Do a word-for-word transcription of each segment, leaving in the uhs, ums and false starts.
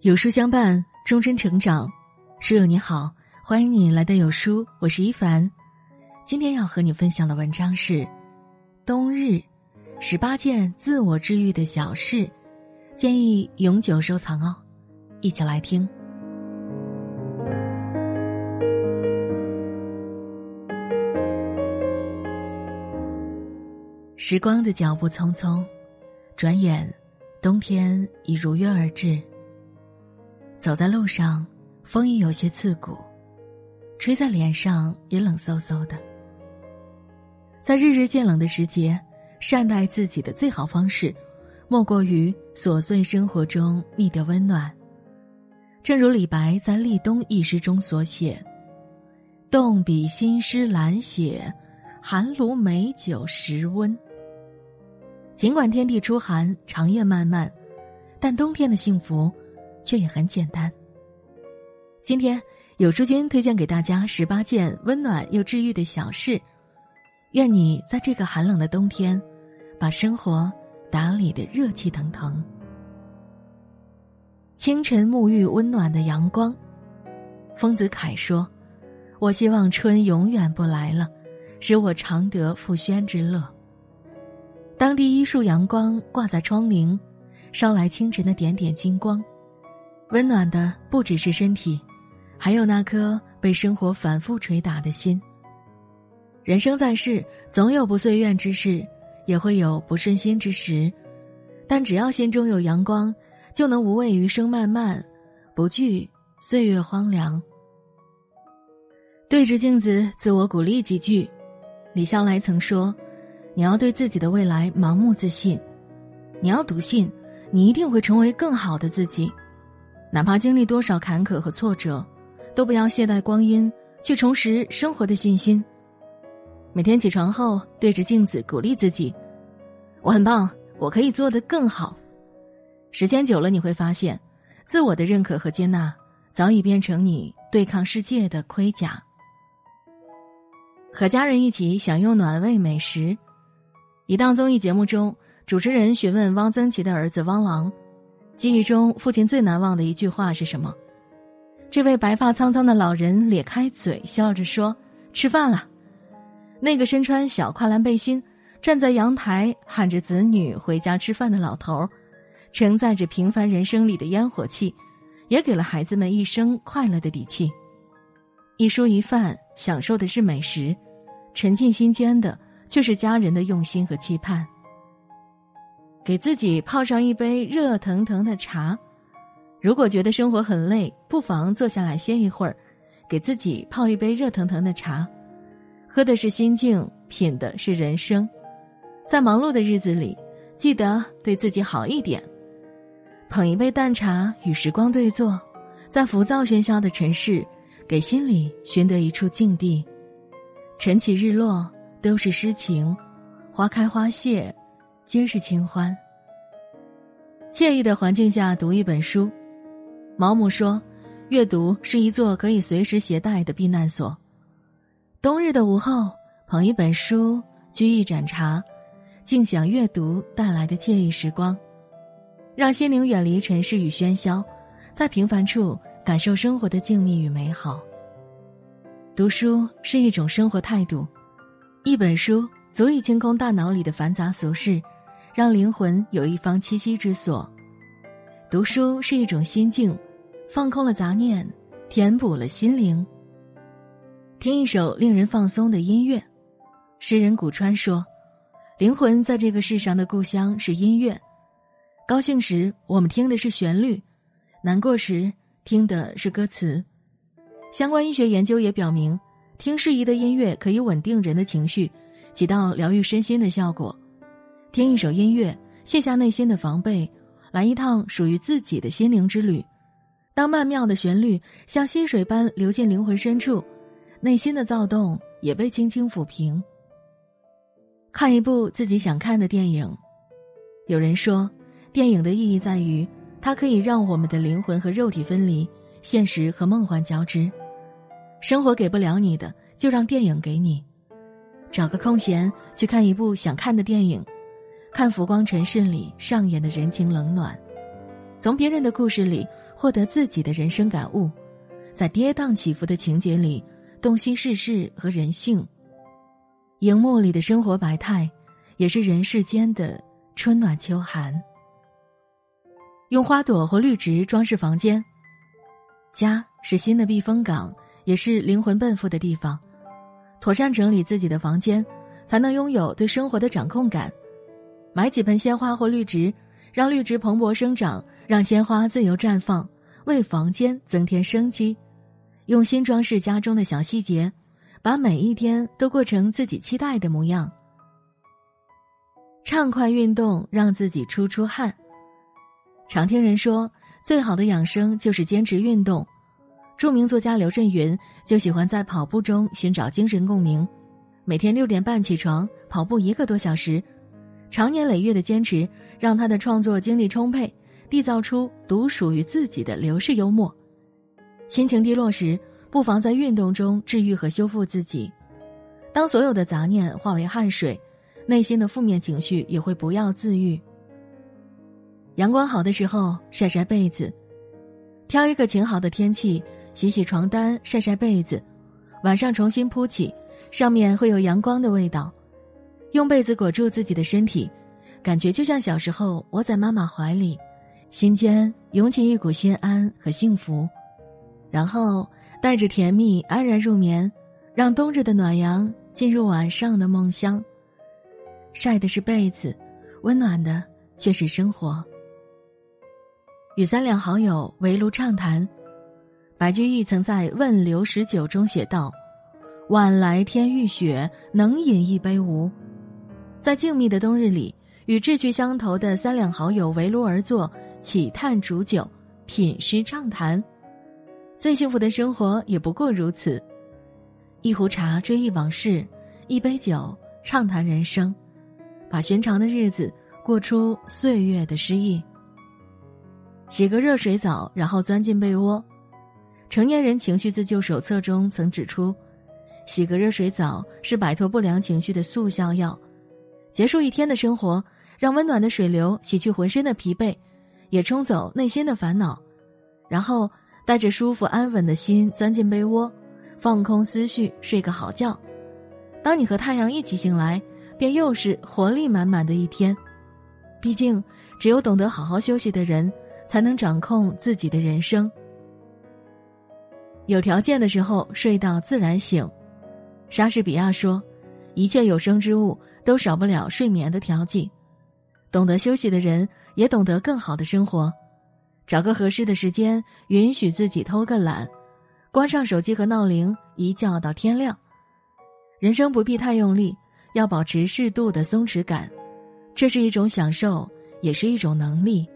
有书相伴，终身成长。书友你好，欢迎你来到有书，我是一凡。今天要和你分享的文章是冬日十八件自我治愈的小事，建议永久收藏哦。一起来听。时光的脚步匆匆，转眼冬天已如约而至。走在路上，风已有些刺骨，吹在脸上也冷飕飕的。在日日渐冷的时节，善待自己的最好方式，莫过于琐碎生活中觅得温暖。正如李白在《立冬》一诗中所写：冻笔新诗懒写，寒炉美酒时温。尽管天地初寒，长夜漫漫，但冬天的幸福却也很简单。今天有书君推荐给大家十八件温暖又治愈的小事，愿你在这个寒冷的冬天把生活打理得热气腾腾。清晨沐浴温暖的阳光。丰子恺说，我希望春永远不来了，使我常得复轩之乐。当第一束阳光挂在窗棂，捎来清晨的点点金光，温暖的不只是身体，还有那颗被生活反复捶打的心。人生在世，总有不遂愿之事，也会有不顺心之时，但只要心中有阳光，就能无畏余生漫漫，不惧岁月荒凉。对着镜子自我鼓励几句。李笑来曾说，你要对自己的未来盲目自信，你要笃信你一定会成为更好的自己，哪怕经历多少坎坷和挫折，都不要懈怠光阴，去重拾生活的信心。每天起床后对着镜子鼓励自己，我很棒，我可以做得更好。时间久了，你会发现自我的认可和接纳早已变成你对抗世界的盔甲。和家人一起享用暖胃美食。一档综艺节目中，主持人询问汪曾祺的儿子汪郎，记忆中父亲最难忘的一句话是什么？这位白发苍苍的老人咧开嘴笑着说，吃饭了。那个身穿小跨栏背心站在阳台喊着子女回家吃饭的老头，承载着平凡人生里的烟火气，也给了孩子们一生快乐的底气。一蔬一饭享受的是美食，沉浸心间的却是家人的用心和期盼。给自己泡上一杯热腾腾的茶，如果觉得生活很累，不妨坐下来歇一会儿，给自己泡一杯热腾腾的茶，喝的是心境，品的是人生。在忙碌的日子里，记得对自己好一点，捧一杯淡茶与时光对坐，在浮躁喧嚣的尘世，给心里寻得一处静地。晨起日落都是诗情，花开花谢皆是清欢。惬意的环境下读一本书。毛姆说，阅读是一座可以随时携带的避难所。冬日的午后，捧一本书，掬一盏茶，静享阅读带来的惬意时光，让心灵远离尘世与喧嚣，在平凡处感受生活的静谧与美好。读书是一种生活态度，一本书足以清空大脑里的繁杂俗事，让灵魂有一方栖息之所。读书是一种心境，放空了杂念，填补了心灵。听一首令人放松的音乐。诗人古川说，灵魂在这个世上的故乡是音乐。高兴时我们听的是旋律，难过时听的是歌词。相关医学研究也表明，听适宜的音乐可以稳定人的情绪，起到疗愈身心的效果。听一首音乐，卸下内心的防备，来一趟属于自己的心灵之旅。当曼妙的旋律像溪水般流进灵魂深处，内心的躁动也被轻轻抚平。看一部自己想看的电影。有人说，电影的意义在于，它可以让我们的灵魂和肉体分离，现实和梦幻交织。生活给不了你的，就让电影给你。找个空闲去看一部想看的电影，看浮光尘世里上演的人情冷暖， 从别人的故事里获得自己的人生感悟，在跌宕起伏的情节里洞悉世事和人性。荧幕里的生活百态，也是人世间的春暖秋寒。用花朵或绿植装饰房间，家是心的避风港，也是灵魂奔赴的地方。妥善整理自己的房间，才能拥有对生活的掌控感。买几盆鲜花或绿植，让绿植蓬勃生长，让鲜花自由绽放，为房间增添生机。用心装饰家中的小细节，把每一天都过成自己期待的模样。畅快运动，让自己出出汗。常听人说，最好的养生就是坚持运动。著名作家刘震云就喜欢在跑步中寻找精神共鸣，每天六点半起床跑步一个多小时，长年累月的坚持让他的创作精力充沛，缔造出独属于自己的流逝幽默。心情低落时，不妨在运动中治愈和修复自己。当所有的杂念化为汗水，内心的负面情绪也会不药自愈。阳光好的时候晒晒被子，挑一个晴好的天气，洗洗床单，晒晒被子，晚上重新铺起，上面会有阳光的味道。用被子裹住自己的身体，感觉就像小时候窝在妈妈怀里，心间涌起一股心安和幸福。然后带着甜蜜安然入眠，让冬日的暖阳进入晚上的梦乡。晒的是被子，温暖的却是生活。与三两好友围炉畅谈，白居易曾在《问刘十九》中写道：晚来天欲雪，能饮一杯无？在静谧的冬日里，与志趣相投的三两好友围炉而坐，起炭煮酒，品诗畅谈。最幸福的生活也不过如此，一壶茶追忆往事，一杯酒畅谈人生，把寻常的日子过出岁月的诗意。洗个热水澡，然后钻进被窝。成年人情绪自救手册中曾指出，洗个热水澡是摆脱不良情绪的速效药，结束一天的生活，让温暖的水流洗去浑身的疲惫，也冲走内心的烦恼，然后带着舒服安稳的心钻进被窝，放空思绪，睡个好觉。当你和太阳一起醒来，便又是活力满满的一天。毕竟只有懂得好好休息的人，才能掌控自己的人生。有条件的时候睡到自然醒。莎士比亚说，一切有生之物都少不了睡眠的调剂。懂得休息的人，也懂得更好的生活。找个合适的时间，允许自己偷个懒，关上手机和闹铃，一觉到天亮。人生不必太用力，要保持适度的松弛感，这是一种享受，也是一种能力。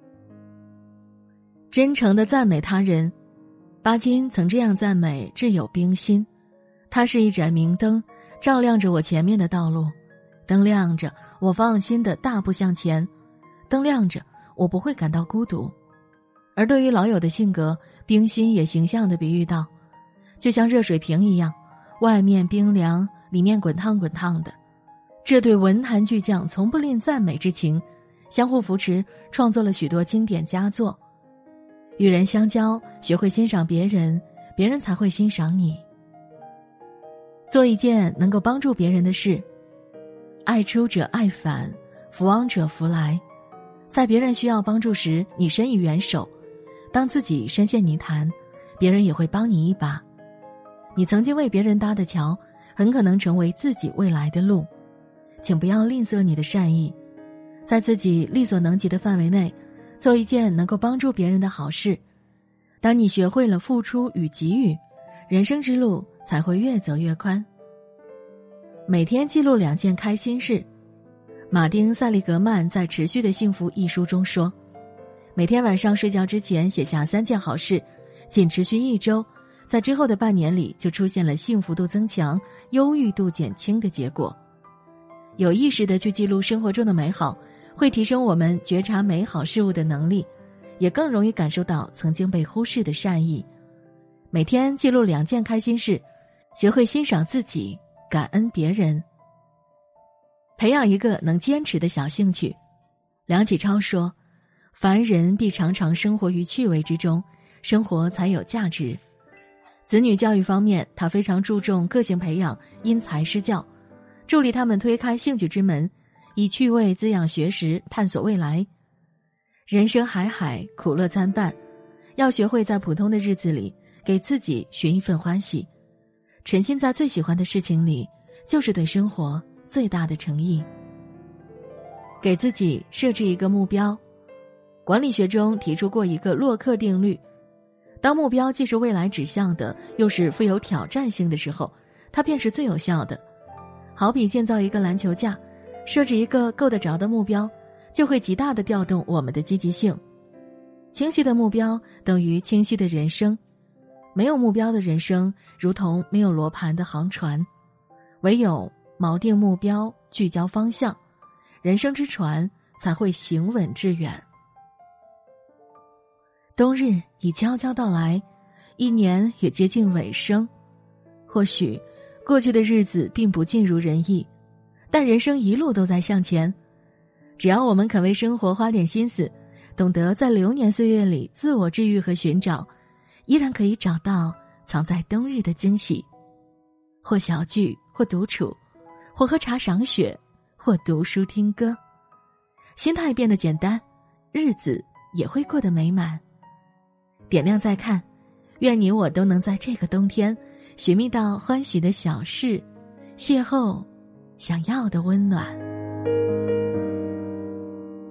真诚地赞美他人。巴金曾这样赞美挚友冰心，他是一盏明灯，照亮着我前面的道路。灯亮着，我放心地大步向前；灯亮着，我不会感到孤独。而对于老友的性格，冰心也形象地比喻道，就像热水瓶一样，外面冰凉，里面滚烫滚烫的。这对文坛巨匠从不吝赞美之情，相互扶持，创作了许多经典佳作。与人相交，学会欣赏别人，别人才会欣赏你。做一件能够帮助别人的事，爱出者爱返，福往者福来。在别人需要帮助时，你伸以援手；当自己深陷泥潭，别人也会帮你一把。你曾经为别人搭的桥，很可能成为自己未来的路。请不要吝啬你的善意，在自己力所能及的范围内，做一件能够帮助别人的好事。当你学会了付出与给予，人生之路才会越走越宽。每天记录两件开心事。马丁·塞利格曼在《持续的幸福》一书中说，每天晚上睡觉之前写下三件好事，仅持续一周，在之后的半年里就出现了幸福度增强、忧郁度减轻的结果。有意识地去记录生活中的美好，会提升我们觉察美好事物的能力，也更容易感受到曾经被忽视的善意。每天记录两件开心事，学会欣赏自己，感恩别人。培养一个能坚持的小兴趣。梁启超说， 凡人必常常生活于趣味之中，生活才有价值。子女教育方面，他非常注重个性培养，因材施教，助力他们推开兴趣之门，以趣味滋养学识，探索未来。人生海海，苦乐参半，要学会在普通的日子里给自己寻一份欢喜，沉浸在最喜欢的事情里，就是对生活最大的诚意。给自己设置一个目标。管理学中提出过一个洛克定律，当目标既是未来指向的，又是富有挑战性的时候，它便是最有效的。好比建造一个篮球架，设置一个够得着的目标，就会极大地调动我们的积极性。清晰的目标等于清晰的人生，没有目标的人生如同没有罗盘的航船，唯有锚定目标，聚焦方向，人生之船才会行稳致远。冬日已悄悄到来，一年也接近尾声。或许过去的日子并不尽如人意，但人生一路都在向前。只要我们肯为生活花点心思，懂得在流年岁月里自我治愈和寻找，依然可以找到藏在冬日的惊喜。或小聚，或独处，或喝茶赏雪，或读书听歌。心态变得简单，日子也会过得美满。点亮再看，愿你我都能在这个冬天寻觅到欢喜的小事，邂逅想要的温暖。